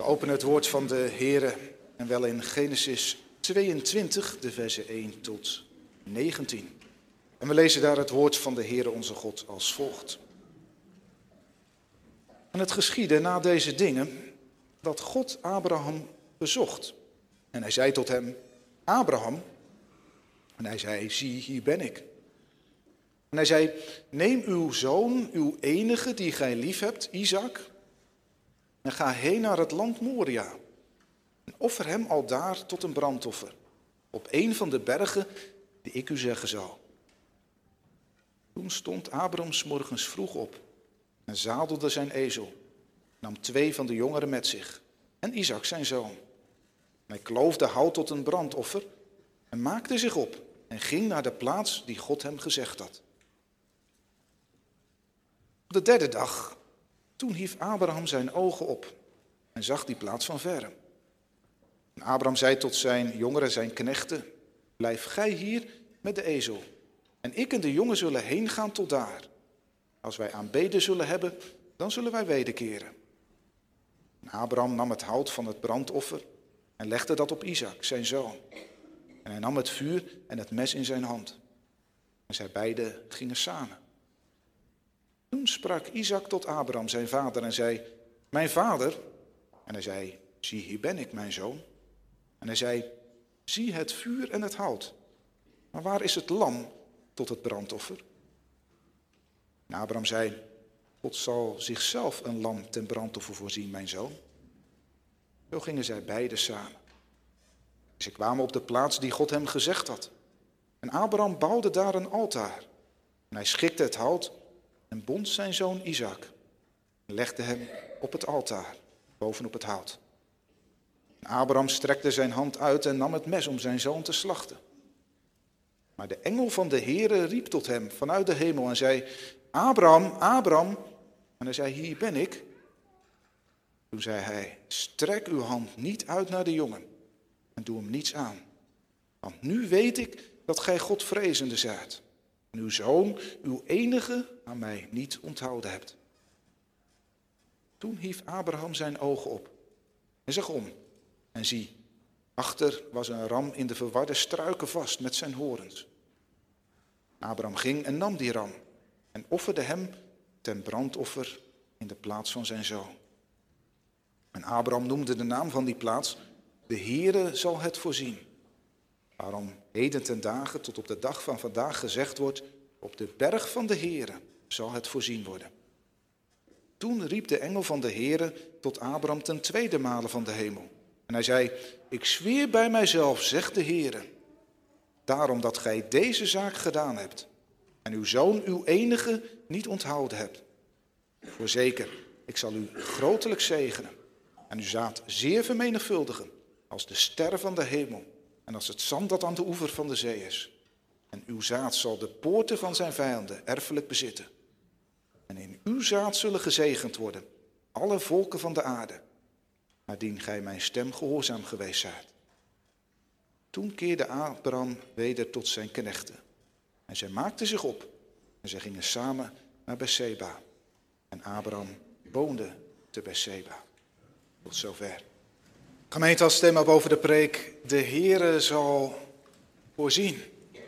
openen het woord van de Heere en wel in Genesis 22, de versen 1 tot 19. En we lezen daar het woord van de Heere onze God als volgt. En het geschiedde na deze dingen dat God Abraham bezocht. En hij zei tot hem, Abraham. En hij zei, zie, hier ben ik. En hij zei, neem uw zoon, uw enige die gij lief hebt, Isaac, en ga heen naar het land Moria. En offer hem aldaar tot een brandoffer, op een van de bergen die ik u zeggen zal. Toen stond Abraham 's morgens vroeg op en zadelde zijn ezel, nam 2 van de jongeren met zich en Isaac zijn zoon. En hij kloofde hout tot een brandoffer en maakte zich op en ging naar de plaats die God hem gezegd had. Op de 3e dag, toen hief Abraham zijn ogen op en zag die plaats van verre. En Abraham zei tot zijn jongeren, zijn knechten, blijf gij hier met de ezel. En ik en de jongen zullen heen gaan tot daar. Als wij aanbeden zullen hebben, dan zullen wij wederkeren. En Abraham nam het hout van het brandoffer en legde dat op Isaac, zijn zoon. En hij nam het vuur en het mes in zijn hand. En zij beiden gingen samen. Toen sprak Isaac tot Abraham, zijn vader, en zei, mijn vader. En hij zei, zie, hier ben ik, mijn zoon. En hij zei, zie het vuur en het hout. Maar waar is het lam tot het brandoffer? En Abraham zei, God zal zichzelf een lam ten brandoffer voorzien, mijn zoon. Zo gingen zij beiden samen. Ze kwamen op de plaats die God hem gezegd had. En Abraham bouwde daar een altaar. En hij schikte het hout en bond zijn zoon Isaac. En legde hem op het altaar, bovenop het hout. En Abraham strekte zijn hand uit en nam het mes om zijn zoon te slachten. Maar de engel van de Heere riep tot hem vanuit de hemel en zei, Abraham, Abraham. En hij zei, hier ben ik. Toen zei hij, strek uw hand niet uit naar de jongen en doe hem niets aan. Want nu weet ik dat gij Godvrezende zijt. En uw zoon, uw enige, aan mij niet onthouden hebt. Toen hief Abraham zijn ogen op en zag om. En zie, achter was een ram in de verwarde struiken vast met zijn horens. Abraham ging en nam die ram en offerde hem ten brandoffer in de plaats van zijn zoon. En Abraham noemde de naam van die plaats, de Heere zal het voorzien. Waarom heden ten dagen tot op de dag van vandaag gezegd wordt, op de berg van de Heere zal het voorzien worden. Toen riep de engel van de Heere tot Abraham ten 2e male van de hemel. En hij zei, ik zweer bij mijzelf, zegt de Heere, daarom dat gij deze zaak gedaan hebt en uw zoon, uw enige, niet onthouden hebt. Voorzeker, ik zal u grotelijk zegenen en uw zaad zeer vermenigvuldigen als de sterren van de hemel en als het zand dat aan de oever van de zee is. En uw zaad zal de poorten van zijn vijanden erfelijk bezitten. En in uw zaad zullen gezegend worden alle volken van de aarde, naardien gij mijn stem gehoorzaam geweest zijt. Toen keerde Abraham weder tot zijn knechten. En zij maakten zich op en zij gingen samen naar Berseba. En Abraham woonde te Berseba. Tot zover. Gemeente, als thema boven de preek, de Heere zal voorzien.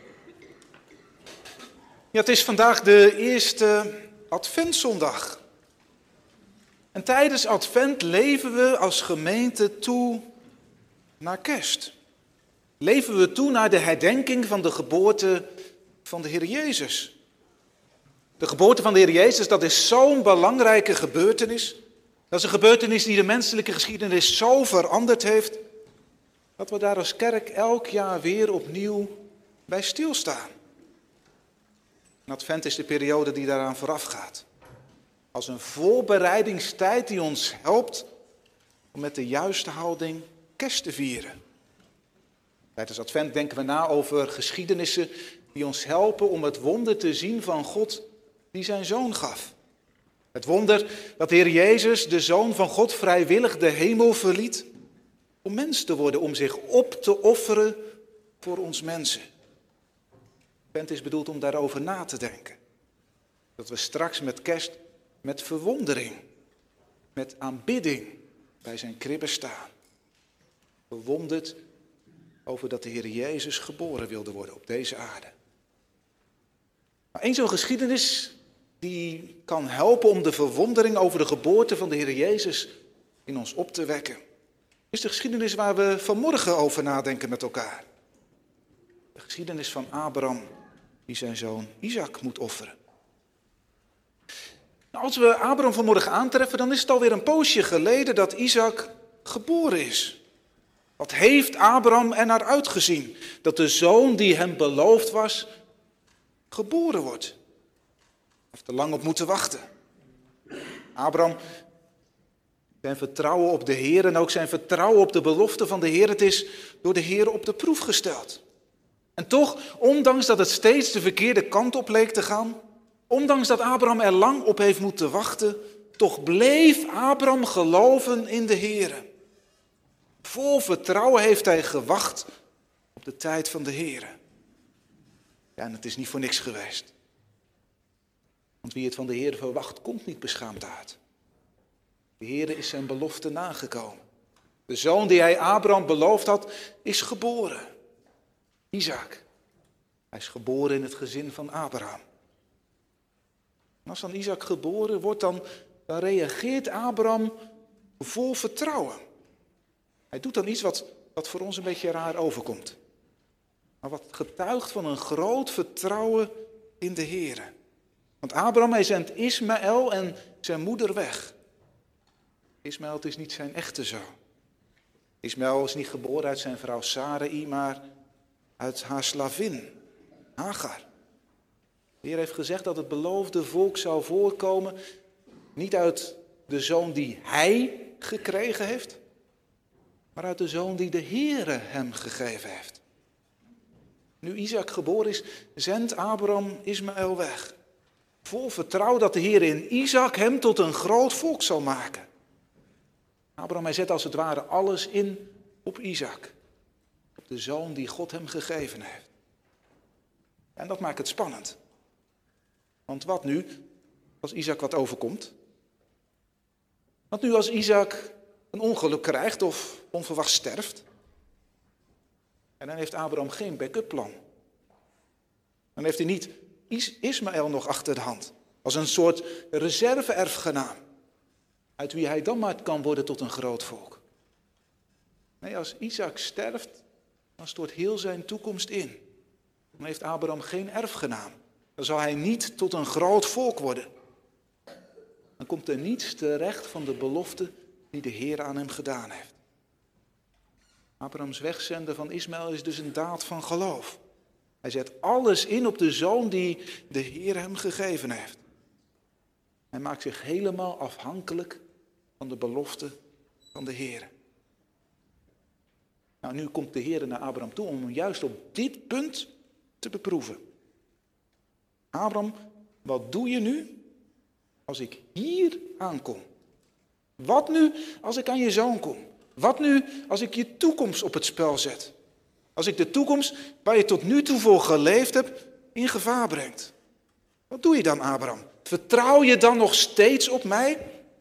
Ja, het is vandaag de eerste Adventszondag. En tijdens Advent leven we als gemeente toe naar kerst. Leven we toe naar de herdenking van de geboorte van de Heer Jezus. De geboorte van de Heer Jezus, dat is zo'n belangrijke gebeurtenis. Dat is een gebeurtenis die de menselijke geschiedenis zo veranderd heeft, dat we daar als kerk elk jaar weer opnieuw bij stilstaan. En Advent is de periode die daaraan vooraf gaat. Als een voorbereidingstijd die ons helpt om met de juiste houding kerst te vieren. Tijdens Advent denken we na over geschiedenissen die ons helpen om het wonder te zien van God die zijn zoon gaf. Het wonder dat de Heer Jezus, de Zoon van God, vrijwillig de hemel verliet om mens te worden, om zich op te offeren voor ons mensen. Advent is bedoeld om daarover na te denken. Dat we straks met kerst met verwondering, met aanbidding bij zijn kribbe staan. Verwonderd over dat de Heer Jezus geboren wilde worden op deze aarde. Maar één zo'n geschiedenis die kan helpen om de verwondering over de geboorte van de Heer Jezus in ons op te wekken. Is de geschiedenis waar we vanmorgen over nadenken met elkaar. De geschiedenis van Abraham die zijn zoon Isaac moet offeren. Nou, als we Abraham vanmorgen aantreffen, dan is het alweer een poosje geleden dat Isaac geboren is. Wat heeft Abraham er naar uitgezien? Dat de zoon die hem beloofd was, geboren wordt. Hij heeft er lang op moeten wachten. Abraham, zijn vertrouwen op de Heer en ook zijn vertrouwen op de belofte van de Heer, het is door de Heer op de proef gesteld. En toch, ondanks dat het steeds de verkeerde kant op leek te gaan, ondanks dat Abraham er lang op heeft moeten wachten, toch bleef Abraham geloven in de Heer. Vol vertrouwen heeft hij gewacht op de tijd van de Heer. Ja, en het is niet voor niks geweest. Want wie het van de Heer verwacht, komt niet beschaamd uit. De Heer is zijn belofte nagekomen. De zoon die hij Abraham beloofd had, is geboren. Isaac. Hij is geboren in het gezin van Abraham. En als dan Isaac geboren wordt, dan reageert Abraham vol vertrouwen. Hij doet dan iets wat voor ons een beetje raar overkomt. Maar wat getuigt van een groot vertrouwen in de Heer. Want Abraham, hij zendt Ismaël en zijn moeder weg. Ismaël, het is niet zijn echte zoon. Ismaël is niet geboren uit zijn vrouw Sarai, maar uit haar slavin, Hagar. De Heer heeft gezegd dat het beloofde volk zou voorkomen, niet uit de zoon die hij gekregen heeft, maar uit de zoon die de Heere hem gegeven heeft. Nu Isaac geboren is, zendt Abraham Ismaël weg. Vol vertrouwen dat de Heer in Isaac hem tot een groot volk zal maken. Abraham, hij zet als het ware alles in op Isaac. Op de zoon die God hem gegeven heeft. En dat maakt het spannend. Want wat nu als Isaac wat overkomt? Wat nu als Isaac een ongeluk krijgt of onverwacht sterft? En dan heeft Abraham geen backup plan. Dan heeft hij niet Ismaël nog achter de hand. Als een soort reserve-erfgenaam. Uit wie hij dan maar kan worden tot een groot volk. Nee, als Isaac sterft, dan stort heel zijn toekomst in. Dan heeft Abraham geen erfgenaam. Dan zal hij niet tot een groot volk worden. Dan komt er niets terecht van de belofte die de Heer aan hem gedaan heeft. Abrahams wegzenden van Ismaël is dus een daad van geloof. Hij zet alles in op de zoon die de Heer hem gegeven heeft. Hij maakt zich helemaal afhankelijk van de belofte van de Heer. Nou, nu komt de Heer naar Abraham toe om hem juist op dit punt te beproeven. Abraham, wat doe je nu als ik hier aankom? Wat nu als ik aan je zoon kom? Wat nu als ik je toekomst op het spel zet? Als ik de toekomst waar je tot nu toe voor geleefd hebt in gevaar brengt. Wat doe je dan, Abraham? Vertrouw je dan nog steeds op mij?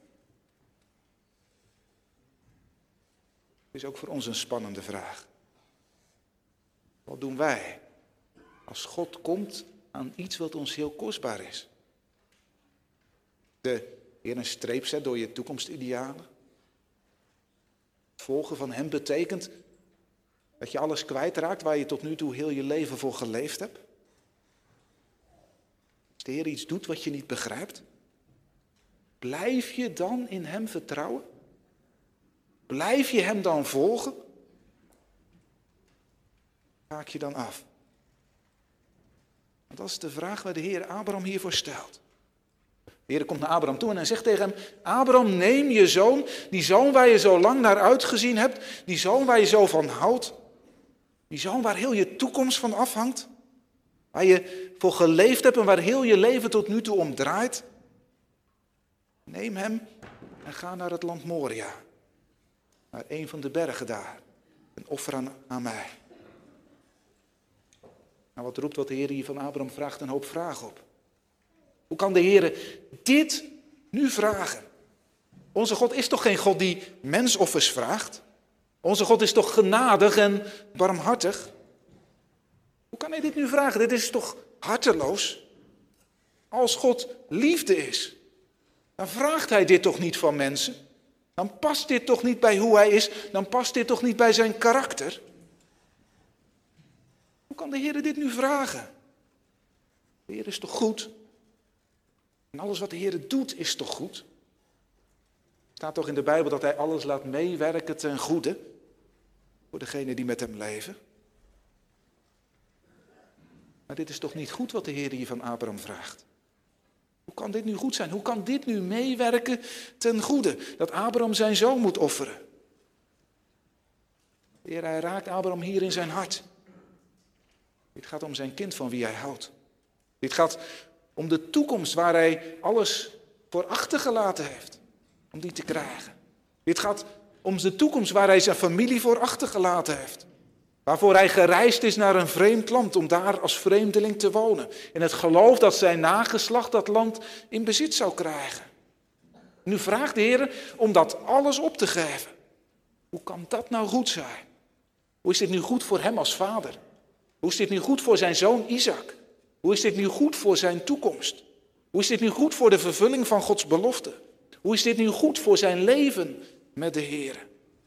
Dat is ook voor ons een spannende vraag. Wat doen wij als God komt aan iets wat ons heel kostbaar is? De Heer een streep zet door je toekomstidealen. Het volgen van hem betekent dat je alles kwijtraakt waar je tot nu toe heel je leven voor geleefd hebt. Als de Heer iets doet wat je niet begrijpt, blijf je dan in hem vertrouwen? Blijf je hem dan volgen? Haak je dan af? Want dat is de vraag waar de Heer Abraham hiervoor stelt. De Heer komt naar Abraham toe en hij zegt tegen hem: Abraham, neem je zoon, die zoon waar je zo lang naar uitgezien hebt, die zoon waar je zo van houdt, die zoon waar heel je toekomst van afhangt, waar je voor geleefd hebt en waar heel je leven tot nu toe om draait. Neem hem en ga naar het land Moria, naar een van de bergen daar, en offer aan mij. Nou, wat roept wat de Heer hier van Abraham vraagt? Een hoop vragen op. Hoe kan de Heer dit nu vragen? Onze God is toch geen God die mensoffers vraagt? Onze God is toch genadig en barmhartig? Hoe kan hij dit nu vragen? Dit is toch harteloos? Als God liefde is, dan vraagt hij dit toch niet van mensen? Dan past dit toch niet bij hoe hij is? Dan past dit toch niet bij zijn karakter? Hoe kan de Heer dit nu vragen? De Heer is toch goed? En alles wat de Heer doet is toch goed? Er staat toch in de Bijbel dat hij alles laat meewerken ten goede voor degenen die met hem leven? Maar dit is toch niet goed wat de Heer hier van Abraham vraagt? Hoe kan dit nu goed zijn? Hoe kan dit nu meewerken ten goede? Dat Abraham zijn zoon moet offeren. De Heer, hij raakt Abraham hier in zijn hart. Dit gaat om zijn kind van wie hij houdt. Dit gaat om de toekomst waar hij alles voor achtergelaten heeft. Om die te krijgen. Dit gaat om de toekomst waar hij zijn familie voor achtergelaten heeft. Waarvoor hij gereisd is naar een vreemd land om daar als vreemdeling te wonen. In het geloof dat zijn nageslacht dat land in bezit zou krijgen. Nu vraagt de Heer om dat alles op te geven. Hoe kan dat nou goed zijn? Hoe is dit nu goed voor hem als vader? Hoe is dit nu goed voor zijn zoon Isaac? Hoe is dit nu goed voor zijn toekomst? Hoe is dit nu goed voor de vervulling van Gods belofte? Hoe is dit nu goed voor zijn leven met de Heer?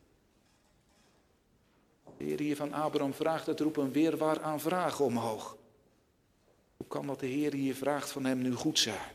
De Heer hier van Abraham vraagt, het roept een weerwaar aan vragen omhoog. Hoe kan dat de Heer hier vraagt van hem nu goed zijn?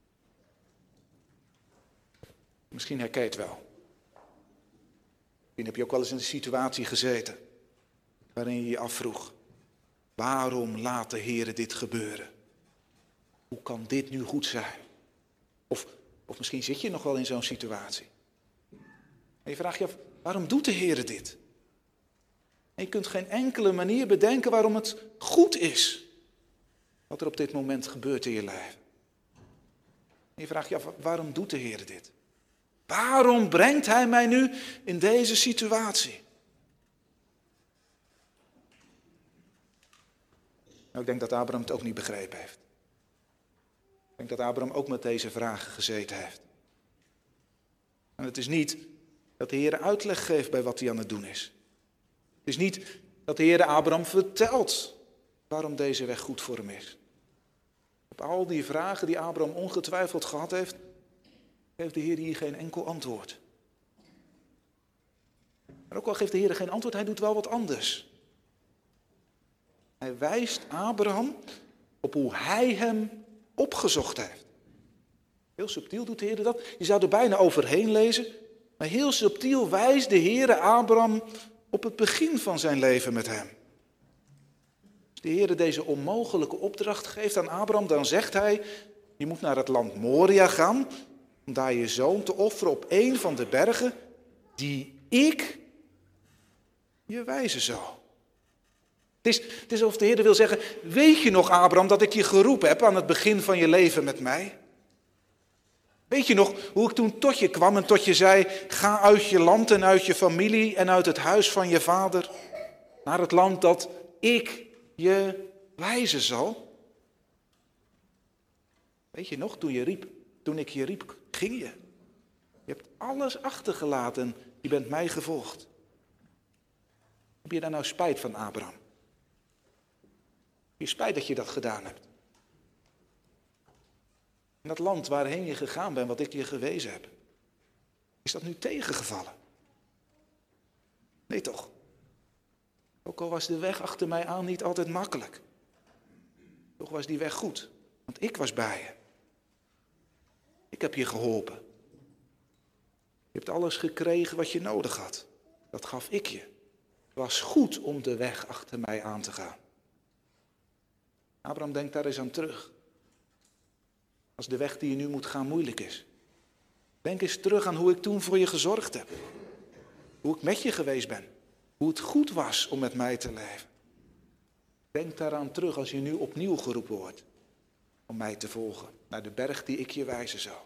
Misschien herken je het wel. Misschien heb je ook wel eens in een situatie gezeten waarin je je afvroeg, waarom laat de Heer dit gebeuren? Hoe kan dit nu goed zijn? Of misschien zit je nog wel in zo'n situatie. En je vraagt je af, waarom doet de Heer dit? En je kunt geen enkele manier bedenken waarom het goed is wat er op dit moment gebeurt in je leven. En je vraagt je af, waarom doet de Heer dit? Waarom brengt Hij mij nu in deze situatie? Nou, ik denk dat Abraham het ook niet begrepen heeft. Ik denk dat Abraham ook met deze vragen gezeten heeft. En het is niet dat de Heer uitleg geeft bij wat hij aan het doen is. Het is niet dat de Heer Abraham vertelt waarom deze weg goed voor hem is. Op al die vragen die Abraham ongetwijfeld gehad heeft, geeft de Heer hier geen enkel antwoord. Maar ook al geeft de Heer geen antwoord, hij doet wel wat anders. Hij wijst Abraham op hoe hij hem opgezocht heeft. Heel subtiel doet de Heer dat. Je zou er bijna overheen lezen. Maar heel subtiel wijst de Heer Abraham op het begin van zijn leven met hem. Als de Heer deze onmogelijke opdracht geeft aan Abraham, dan zegt hij, je moet naar het land Moria gaan, om daar je zoon te offeren op een van de bergen die ik je wijzen zal. Het is alsof de Heer wil zeggen, weet je nog Abraham dat ik je geroepen heb aan het begin van je leven met mij? Weet je nog hoe ik toen tot je kwam en tot je zei, ga uit je land en uit je familie en uit het huis van je vader naar het land dat ik je wijzen zal? Weet je nog, toen ik je riep, ging je. Je hebt alles achtergelaten, je bent mij gevolgd. Heb je daar nou spijt van, Abraham? Heb je spijt dat je dat gedaan hebt? In dat land waarheen je gegaan bent, wat ik je gewezen heb. Is dat nu tegengevallen? Nee toch? Ook al was de weg achter mij aan niet altijd makkelijk. Toch was die weg goed, want ik was bij je. Ik heb je geholpen. Je hebt alles gekregen wat je nodig had. Dat gaf ik je. Het was goed om de weg achter mij aan te gaan. Abraham denkt daar eens aan terug. Als de weg die je nu moet gaan moeilijk is. Denk eens terug aan hoe ik toen voor je gezorgd heb. Hoe ik met je geweest ben. Hoe het goed was om met mij te leven. Denk daaraan terug als je nu opnieuw geroepen wordt. Om mij te volgen. Naar de berg die ik je wijzen zou.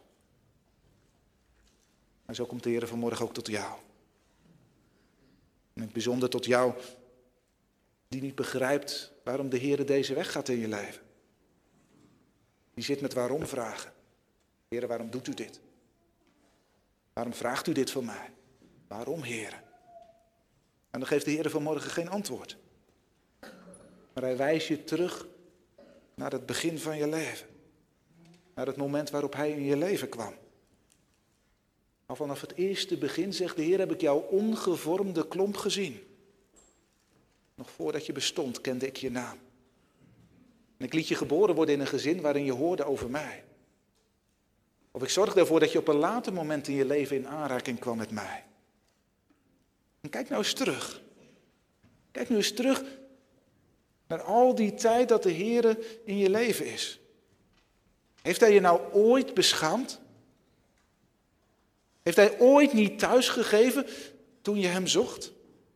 En zo komt de Heer vanmorgen ook tot jou. En in het bijzonder tot jou die niet begrijpt waarom de Heer deze weg gaat in je leven. Die zit met waarom vragen. Heer, waarom doet u dit? Waarom vraagt u dit van mij? Waarom, Heere? En dan geeft de Heere vanmorgen geen antwoord. Maar hij wijst je terug naar het begin van je leven. Naar het moment waarop hij in je leven kwam. Al vanaf het eerste begin zegt de Heer, heb ik jouw ongevormde klomp gezien. Nog voordat je bestond, kende ik je naam. En ik liet je geboren worden in een gezin waarin je hoorde over mij. Of ik zorgde ervoor dat je op een later moment in je leven in aanraking kwam met mij. En kijk nou eens terug. Kijk nu eens terug naar al die tijd dat de Heer in je leven is. Heeft hij je nou ooit beschaamd? Heeft hij ooit niet thuisgegeven toen je hem zocht?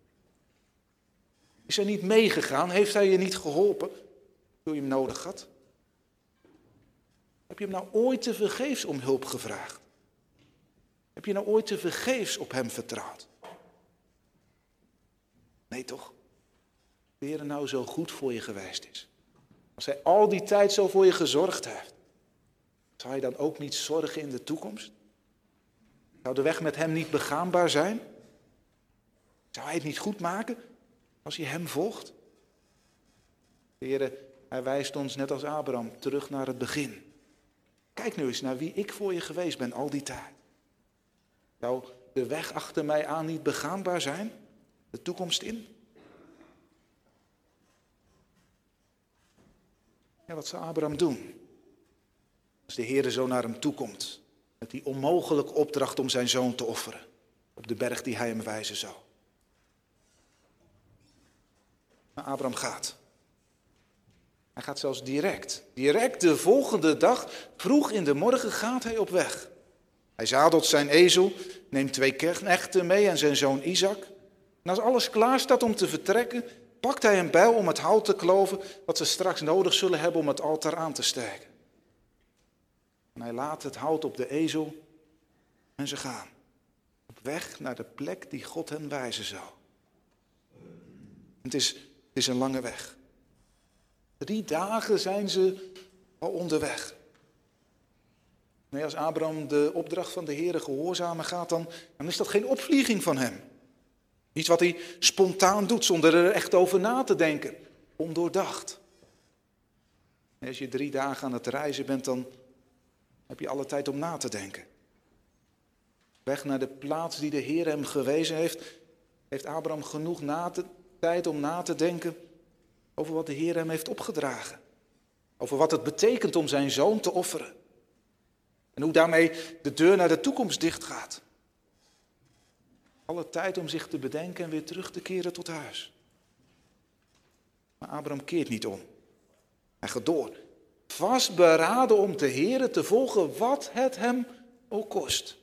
Is hij niet meegegaan? Heeft hij je niet geholpen toen je hem nodig had? Heb je hem nou ooit tevergeefs om hulp gevraagd? Heb je nou ooit tevergeefs op hem vertrouwd? Nee toch? De Heer nou zo goed voor je geweest is. Als hij al die tijd zo voor je gezorgd heeft. Zou hij dan ook niet zorgen in de toekomst? Zou de weg met hem niet begaanbaar zijn? Zou hij het niet goed maken als je hem volgt? De Heer, hij wijst ons net als Abraham terug naar het begin. Kijk nu eens naar wie ik voor je geweest ben al die tijd. Zou de weg achter mij aan niet begaanbaar zijn? De toekomst in? Ja, wat zou Abraham doen? Als de Heer zo naar hem toekomt. Met die onmogelijke opdracht om zijn zoon te offeren. Op de berg die hij hem wijzen zou. Maar Abraham gaat. Hij gaat zelfs direct. Direct de volgende dag, vroeg in de morgen, gaat hij op weg. Hij zadelt zijn ezel, neemt 2 knechten mee en zijn zoon Isaac. En als alles klaar staat om te vertrekken, pakt hij een bijl om het hout te kloven, wat ze straks nodig zullen hebben om het altaar aan te steken. En hij laat het hout op de ezel en ze gaan. Op weg naar de plek die God hen wijzen zou. Het is een lange weg. 3 dagen zijn ze al onderweg. Nee, als Abraham de opdracht van de Heere gehoorzamen gaat, dan is dat geen opvlieging van hem. Iets wat hij spontaan doet, zonder er echt over na te denken. Ondoordacht. Nee, als je 3 dagen aan het reizen bent, dan heb je alle tijd om na te denken. Weg naar de plaats die de Heer hem gewezen heeft, heeft Abraham genoeg tijd om na te denken over wat de Heer hem heeft opgedragen. Over wat het betekent om zijn zoon te offeren. En hoe daarmee de deur naar de toekomst dichtgaat. Alle tijd om zich te bedenken en weer terug te keren tot huis. Maar Abraham keert niet om. Hij gaat door. Vastberaden om de Heere te volgen wat het hem ook kost.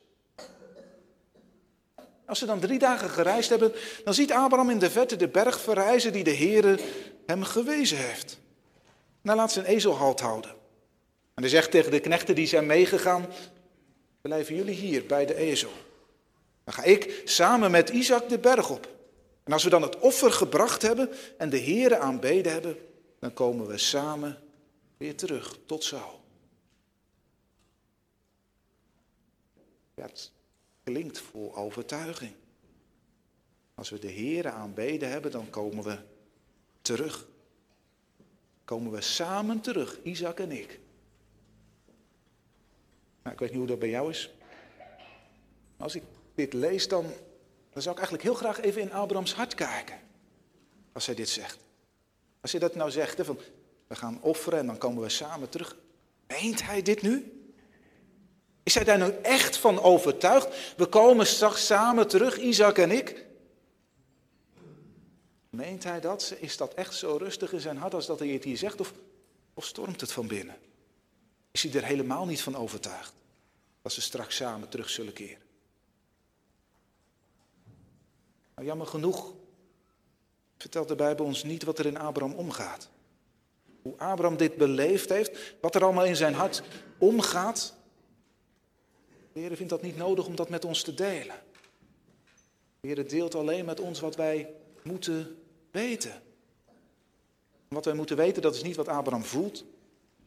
Als ze dan 3 dagen gereisd hebben, dan ziet Abraham in de verte de berg verrijzen die de Heere hem gewezen heeft. En hij laat zijn ezel halt houden. En hij zegt tegen de knechten die zijn meegegaan, blijven jullie hier bij de ezel. Dan ga ik samen met Isaac de berg op. En als we dan het offer gebracht hebben en de Heere aanbeden hebben, dan komen we samen weer terug tot Saul. Ja, het klinkt vol overtuiging. Als we de Heere aanbeden hebben, dan komen we terug. Komen we samen terug, Isaac en ik. Nou, ik weet niet hoe dat bij jou is. Maar als ik dit lees, dan zou ik eigenlijk heel graag even in Abrahams hart kijken. Als hij dit zegt. Als hij dat nou zegt, hè, van we gaan offeren en dan komen we samen terug. Meent hij dit nu? Is hij daar nou echt van overtuigd? We komen straks samen terug, Isaac en ik. Meent hij dat? Is dat echt zo rustig in zijn hart als dat hij het hier zegt? Of stormt het van binnen? Is hij er helemaal niet van overtuigd? Dat ze straks samen terug zullen keren. Nou, jammer genoeg vertelt de Bijbel ons niet wat er in Abraham omgaat. Hoe Abraham dit beleefd heeft, wat er allemaal in zijn hart omgaat. De Heer vindt dat niet nodig om dat met ons te delen. De Heer deelt alleen met ons wat wij moeten weten. En wat wij moeten weten, dat is niet wat Abraham voelt.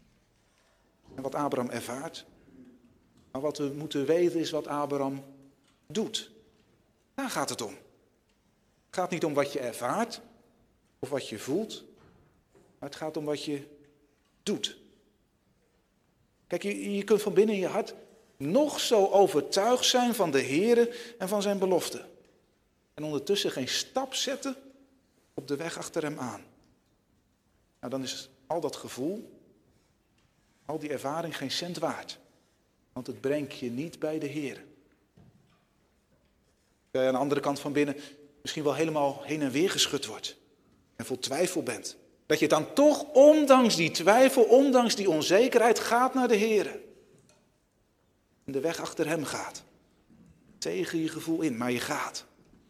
En wat Abraham ervaart. Maar wat we moeten weten is wat Abraham doet. Daar gaat het om. Het gaat niet om wat je ervaart of wat je voelt, maar het gaat om wat je doet. Kijk, je kunt van binnen in je hart nog zo overtuigd zijn van de Heere en van zijn belofte. En ondertussen geen stap zetten op de weg achter hem aan. Nou, dan is al dat gevoel, al die ervaring geen cent waard. Want het brengt je niet bij de Heere. Terwijl je aan de andere kant van binnen misschien wel helemaal heen en weer geschud wordt. En vol twijfel bent. Dat je dan toch, ondanks die twijfel, ondanks die onzekerheid, gaat naar de Heere. En de weg achter hem gaat. Tegen je gevoel in, maar je gaat.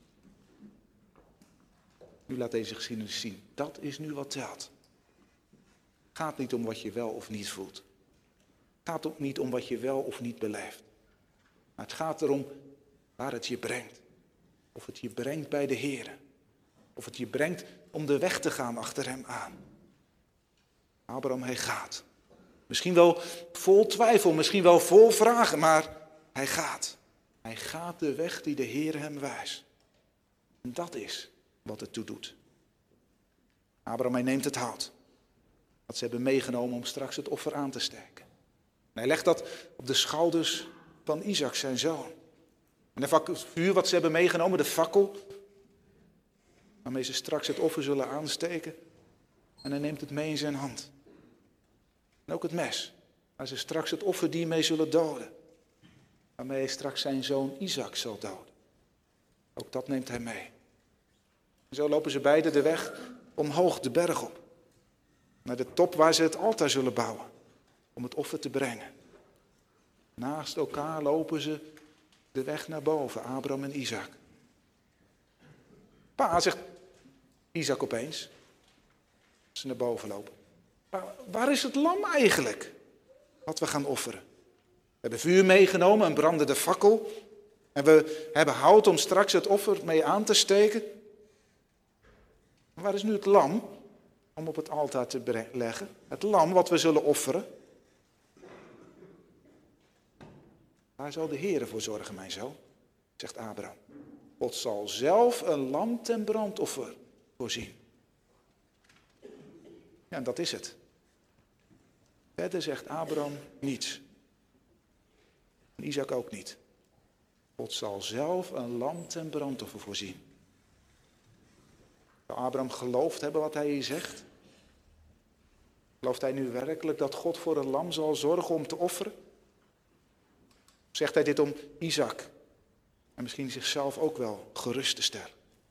Nu laat deze geschiedenis zien. Dat is nu wat telt. Het gaat niet om wat je wel of niet voelt. Het gaat ook niet om wat je wel of niet beleeft. Maar het gaat erom waar het je brengt. Of het je brengt bij de Heere. Of het je brengt om de weg te gaan achter hem aan. Abraham, hij gaat. Misschien wel vol twijfel, misschien wel vol vragen, maar hij gaat. Hij gaat de weg die de Heere hem wijst. En dat is wat het toe doet. Abraham, hij neemt het hout. Dat ze hebben meegenomen om straks het offer aan te steken. En hij legt dat op de schouders van Isaac, zijn zoon. En het vuur wat ze hebben meegenomen, de fakkel, waarmee ze straks het offer zullen aansteken. En hij neemt het mee in zijn hand. En ook het mes, waar ze straks het offerdier mee zullen doden. Waarmee hij straks zijn zoon Isaac zal doden. Ook dat neemt hij mee. En zo lopen ze beiden de weg omhoog de berg op. Naar de top waar ze het altaar zullen bouwen. Om het offer te brengen. Naast elkaar lopen ze de weg naar boven, Abraham en Isaac. Pa, zegt Isaac opeens. Als ze naar boven lopen. Pa, waar is het lam eigenlijk? Wat we gaan offeren. We hebben vuur meegenomen, een brandende fakkel. En we hebben hout om straks het offer mee aan te steken. Maar waar is nu het lam om op het altaar te leggen? Het lam wat we zullen offeren. Waar zal de Heere voor zorgen, mijn zoon? Zegt Abraham. God zal zelf een lam ten brandoffer voorzien. Ja, en dat is het. Verder zegt Abraham niets. En Isaac ook niet. God zal zelf een lam ten brandoffer voorzien. Zou Abraham geloofd hebben wat hij hier zegt? Gelooft hij nu werkelijk dat God voor een lam zal zorgen om te offeren? Of zegt hij dit om Isaac en misschien zichzelf ook wel gerust te stellen?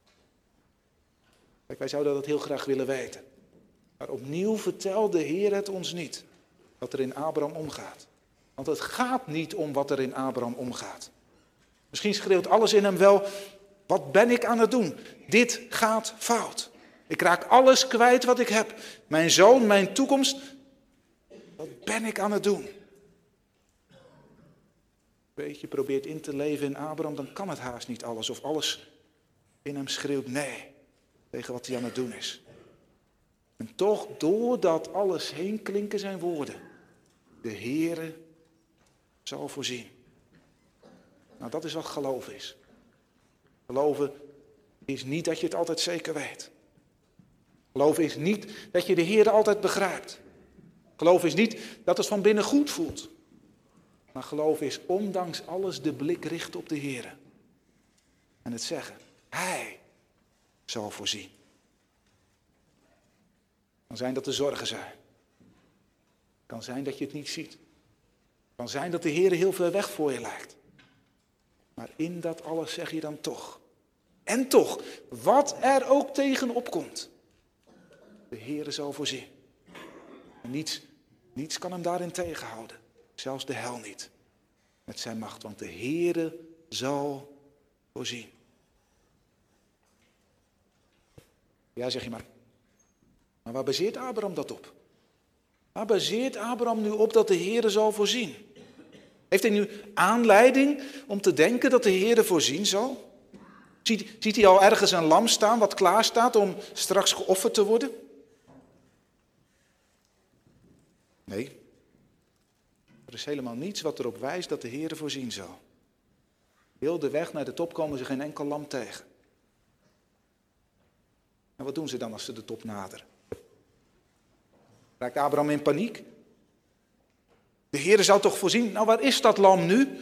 Kijk, wij zouden dat heel graag willen weten. Maar opnieuw vertelt de Heer het ons niet, wat er in Abraham omgaat. Want het gaat niet om wat er in Abraham omgaat. Misschien schreeuwt alles in hem wel, wat ben ik aan het doen? Dit gaat fout. Ik raak alles kwijt wat ik heb. Mijn zoon, mijn toekomst. Wat ben ik aan het doen? Weet je, probeert in te leven in Abraham, dan kan het haast niet alles. Of alles in hem schreeuwt nee tegen wat hij aan het doen is. En toch, door dat alles heen klinken zijn woorden. De Heere zal voorzien. Nou, dat is wat geloven is. Geloven is niet dat je het altijd zeker weet. Geloven is niet dat je de Heere altijd begrijpt. Geloven is niet dat het van binnen goed voelt. Maar geloven is ondanks alles de blik richten op de Heere. En het zeggen, Hij zal voorzien. Het kan zijn dat er zorgen zijn. Het kan zijn dat je het niet ziet. Het kan zijn dat de Heere heel ver weg voor je lijkt. Maar in dat alles zeg je dan toch. En toch, wat er ook tegenop komt. De Heere zal voorzien. En niets kan hem daarin tegenhouden. Zelfs de hel niet. Met zijn macht. Want de Heere zal voorzien. Ja, zeg je maar. Maar waar baseert Abraham dat op? Waar baseert Abraham nu op dat de Heere zal voorzien? Heeft hij nu aanleiding om te denken dat de Heere voorzien zal? Ziet hij al ergens een lam staan wat klaar staat om straks geofferd te worden? Nee. Er is helemaal niets wat erop wijst dat de Heere voorzien zal. Heel de weg naar de top komen ze geen enkel lam tegen. En wat doen ze dan als ze de top naderen? Raakt Abraham in paniek? De Heere zou toch voorzien, nou waar is dat lam nu?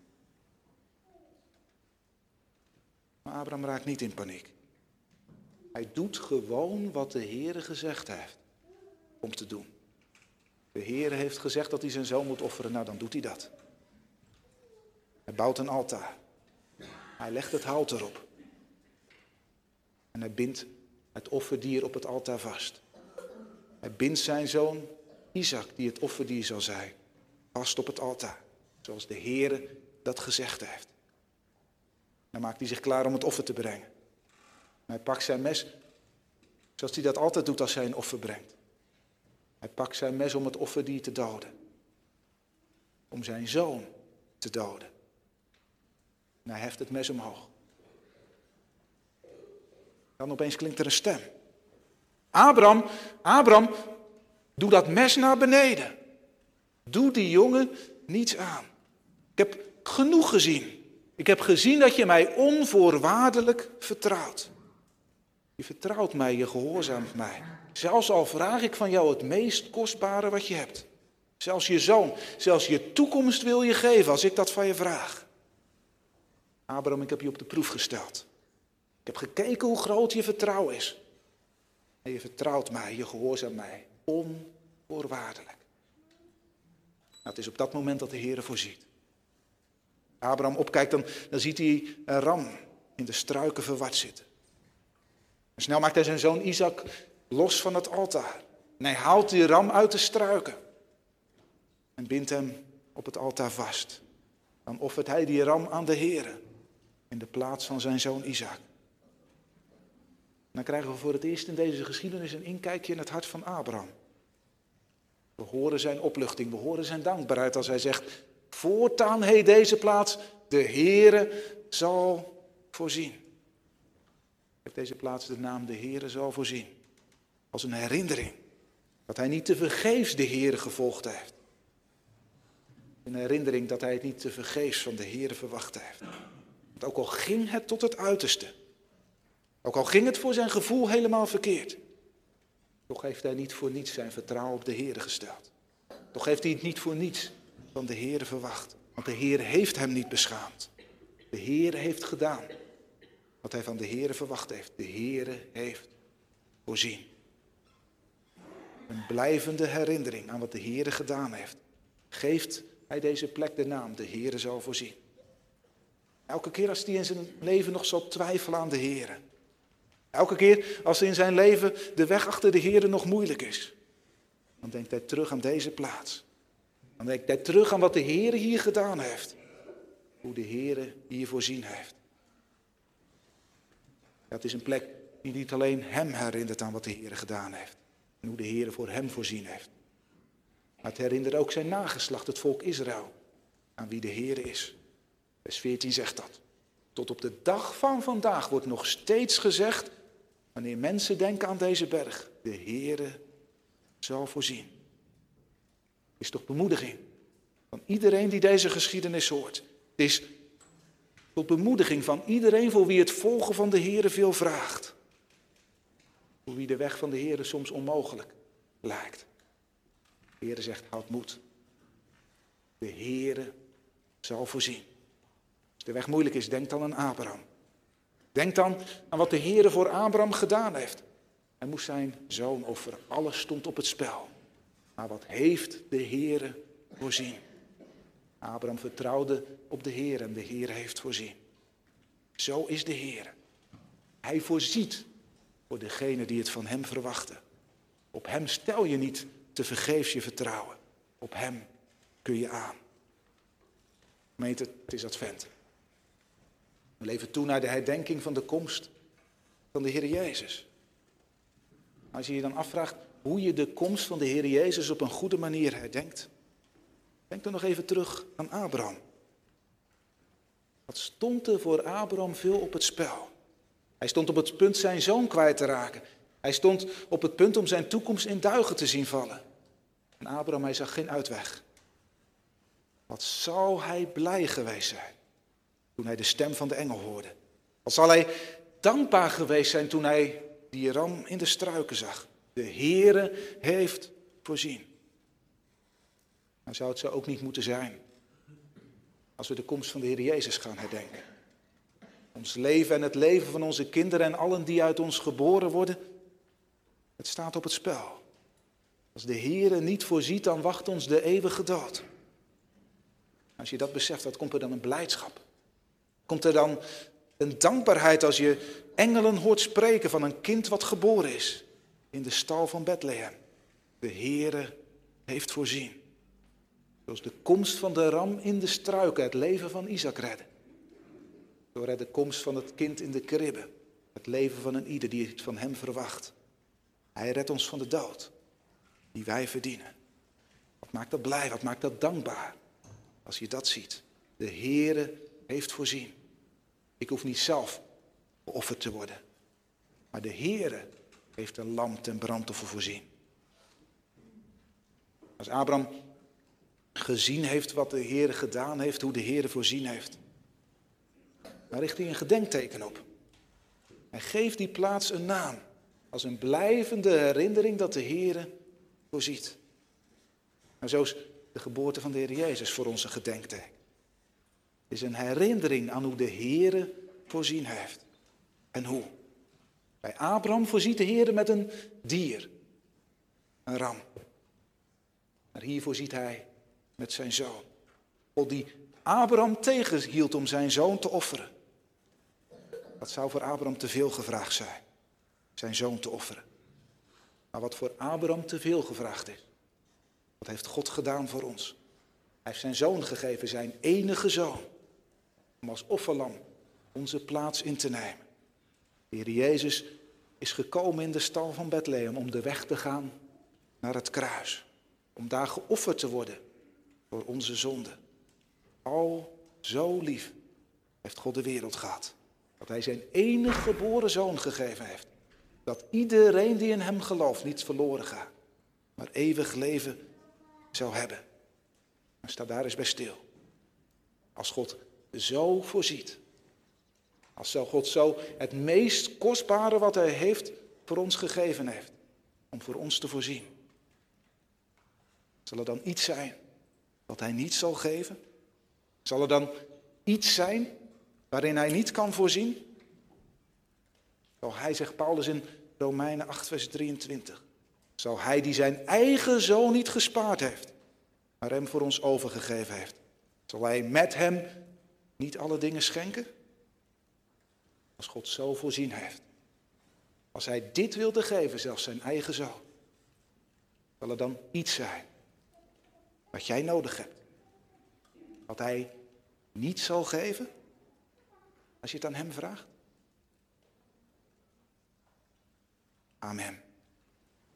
Maar Abraham raakt niet in paniek. Hij doet gewoon wat de Heere gezegd heeft om te doen. De Heere heeft gezegd dat hij zijn zoon moet offeren, nou dan doet hij dat. Hij bouwt een altaar. Hij legt het hout erop. En hij bindt het offerdier op het altaar vast. Hij bindt zijn zoon Isaac, die het offerdier zal zijn, vast op het altaar. Zoals de Heere dat gezegd heeft. Dan maakt hij zich klaar om het offer te brengen. En hij pakt zijn mes, zoals hij dat altijd doet als hij een offer brengt. Hij pakt zijn mes om het offerdier te doden. Om zijn zoon te doden. En hij heft het mes omhoog. Dan opeens klinkt er een stem. Abraham, doe dat mes naar beneden. Doe die jongen niets aan. Ik heb genoeg gezien. Ik heb gezien dat je mij onvoorwaardelijk vertrouwt. Je vertrouwt mij, je gehoorzaamt mij. Zelfs al vraag ik van jou het meest kostbare wat je hebt. Zelfs je zoon, zelfs je toekomst wil je geven als ik dat van je vraag. Abraham, ik heb je op de proef gesteld. Ik heb gekeken hoe groot je vertrouwen is. En je vertrouwt mij, je gehoorzaamt mij. Onvoorwaardelijk. Nou, het is op dat moment dat de Heere voorziet. Abraham opkijkt, dan ziet hij een ram in de struiken verward zitten. En snel maakt hij zijn zoon Isaac los van het altaar. En hij haalt die ram uit de struiken. En bindt hem op het altaar vast. Dan offert hij die ram aan de Heere. In de plaats van zijn zoon Isaac. Dan krijgen we voor het eerst in deze geschiedenis een inkijkje in het hart van Abraham. We horen zijn opluchting, we horen zijn dankbaarheid als hij zegt: voortaan heet deze plaats, de Heere zal voorzien. Heeft deze plaats de naam de Heere zal voorzien. Als een herinnering dat hij niet tevergeefs de Heere gevolgd heeft. Een herinnering dat hij het niet tevergeefs van de Heere verwacht heeft. Want ook al ging het tot het uiterste, ook al ging het voor zijn gevoel helemaal verkeerd, toch heeft hij niet voor niets zijn vertrouwen op de Heere gesteld. Toch heeft hij het niet voor niets van de Heere verwacht. Want de Heere heeft hem niet beschaamd. De Heere heeft gedaan wat hij van de Heere verwacht heeft. De Heere heeft voorzien. Een blijvende herinnering aan wat de Heere gedaan heeft. Geeft hij deze plek de naam, de Heere zal voorzien. Elke keer als hij in zijn leven nog zal twijfelen aan de Heere. Elke keer als in zijn leven de weg achter de Heere nog moeilijk is. Dan denkt hij terug aan deze plaats. Dan denkt hij terug aan wat de Heere hier gedaan heeft. Hoe de Heere hier voorzien heeft. Ja, het is een plek die niet alleen hem herinnert aan wat de Heere gedaan heeft. En hoe de Heere voor hem voorzien heeft. Maar het herinnert ook zijn nageslacht, het volk Israël. Aan wie de Heere is. Vers 14 zegt dat. Tot op de dag van vandaag wordt nog steeds gezegd, wanneer mensen denken aan deze berg, de Heere zal voorzien. Het is toch bemoediging van iedereen die deze geschiedenis hoort. Het is tot bemoediging van iedereen voor wie het volgen van de Heere veel vraagt. Voor wie de weg van de Heere soms onmogelijk lijkt. De Heere zegt, houd moed. De Heere zal voorzien. Als de weg moeilijk is, denk dan aan Abraham. Denk dan aan wat de Heere voor Abraham gedaan heeft. Hij moest zijn zoon offeren. Alles stond op het spel. Maar wat heeft de Heere voorzien? Abraham vertrouwde op de Heere en de Heere heeft voorzien. Zo is de Heere. Hij voorziet voor degene die het van hem verwachten. Op hem stel je niet tevergeefs je vertrouwen. Op hem kun je aan. Gemeente, het is Advent. We leven toe naar de herdenking van de komst van de Heer Jezus. Als je je dan afvraagt hoe je de komst van de Heer Jezus op een goede manier herdenkt, denk dan nog even terug aan Abraham. Wat stond er voor Abraham veel op het spel? Hij stond op het punt zijn zoon kwijt te raken. Hij stond op het punt om zijn toekomst in duigen te zien vallen. En Abraham, hij zag geen uitweg. Wat zou hij blij geweest zijn toen hij de stem van de engel hoorde. Wat zal hij dankbaar geweest zijn toen hij die ram in de struiken zag. De Heere heeft voorzien. Maar zou het zo ook niet moeten zijn als we de komst van de Heer Jezus gaan herdenken? Ons leven en het leven van onze kinderen en allen die uit ons geboren worden, het staat op het spel. Als de Heere niet voorziet, dan wacht ons de eeuwige dood. Als je dat beseft, wat komt er dan een blijdschap? Komt er dan een dankbaarheid als je engelen hoort spreken van een kind wat geboren is in de stal van Bethlehem? De Heere heeft voorzien. Zoals de komst van de ram in de struiken het leven van Isaac redde. Zo redt de komst van het kind in de kribbe het leven van een ieder die het van hem verwacht. Hij redt ons van de dood die wij verdienen. Wat maakt dat blij, wat maakt dat dankbaar als je dat ziet. De Heere heeft voorzien. Ik hoef niet zelf geofferd te worden. Maar de Heere heeft een lam ten brandoffer voorzien. Als Abraham gezien heeft wat de Heere gedaan heeft, hoe de Heere voorzien heeft, dan richt hij een gedenkteken op. Hij geeft die plaats een naam. Als een blijvende herinnering dat de Heere voorziet. En zo is de geboorte van de Heer Jezus voor ons een gedenkteken. Het is een herinnering aan hoe de Heere voorzien heeft. En hoe? Bij Abraham voorziet de Heere met een dier. Een ram. Maar hier voorziet hij met zijn zoon. God die Abraham tegenhield om zijn zoon te offeren. Dat zou voor Abraham te veel gevraagd zijn. Zijn zoon te offeren. Maar wat voor Abraham te veel gevraagd is. Wat heeft God gedaan voor ons? Hij heeft zijn zoon gegeven, zijn enige zoon. Om als offerlam onze plaats in te nemen. De Heer Jezus is gekomen in de stal van Bethlehem om de weg te gaan naar het kruis. Om daar geofferd te worden voor onze zonde. Al zo lief heeft God de wereld gehad. Dat hij zijn enige geboren zoon gegeven heeft. Dat iedereen die in hem gelooft niet verloren gaat. Maar eeuwig leven zou hebben. En sta daar eens bij stil. Als God zo voorziet. Als God zo het meest kostbare wat hij heeft voor ons gegeven heeft. Om voor ons te voorzien. Zal er dan iets zijn wat hij niet zal geven? Zal er dan iets zijn waarin hij niet kan voorzien? Zal hij, zegt Paulus in Romeinen 8 vers 23. Zal hij die zijn eigen zoon niet gespaard heeft, maar hem voor ons overgegeven heeft. Zal hij met hem niet alle dingen schenken? Als God zo voorzien heeft. Als hij dit wilde geven, zelfs zijn eigen zoon. Zal er dan iets zijn wat jij nodig hebt. Wat hij niet zal geven? Als je het aan hem vraagt? Amen.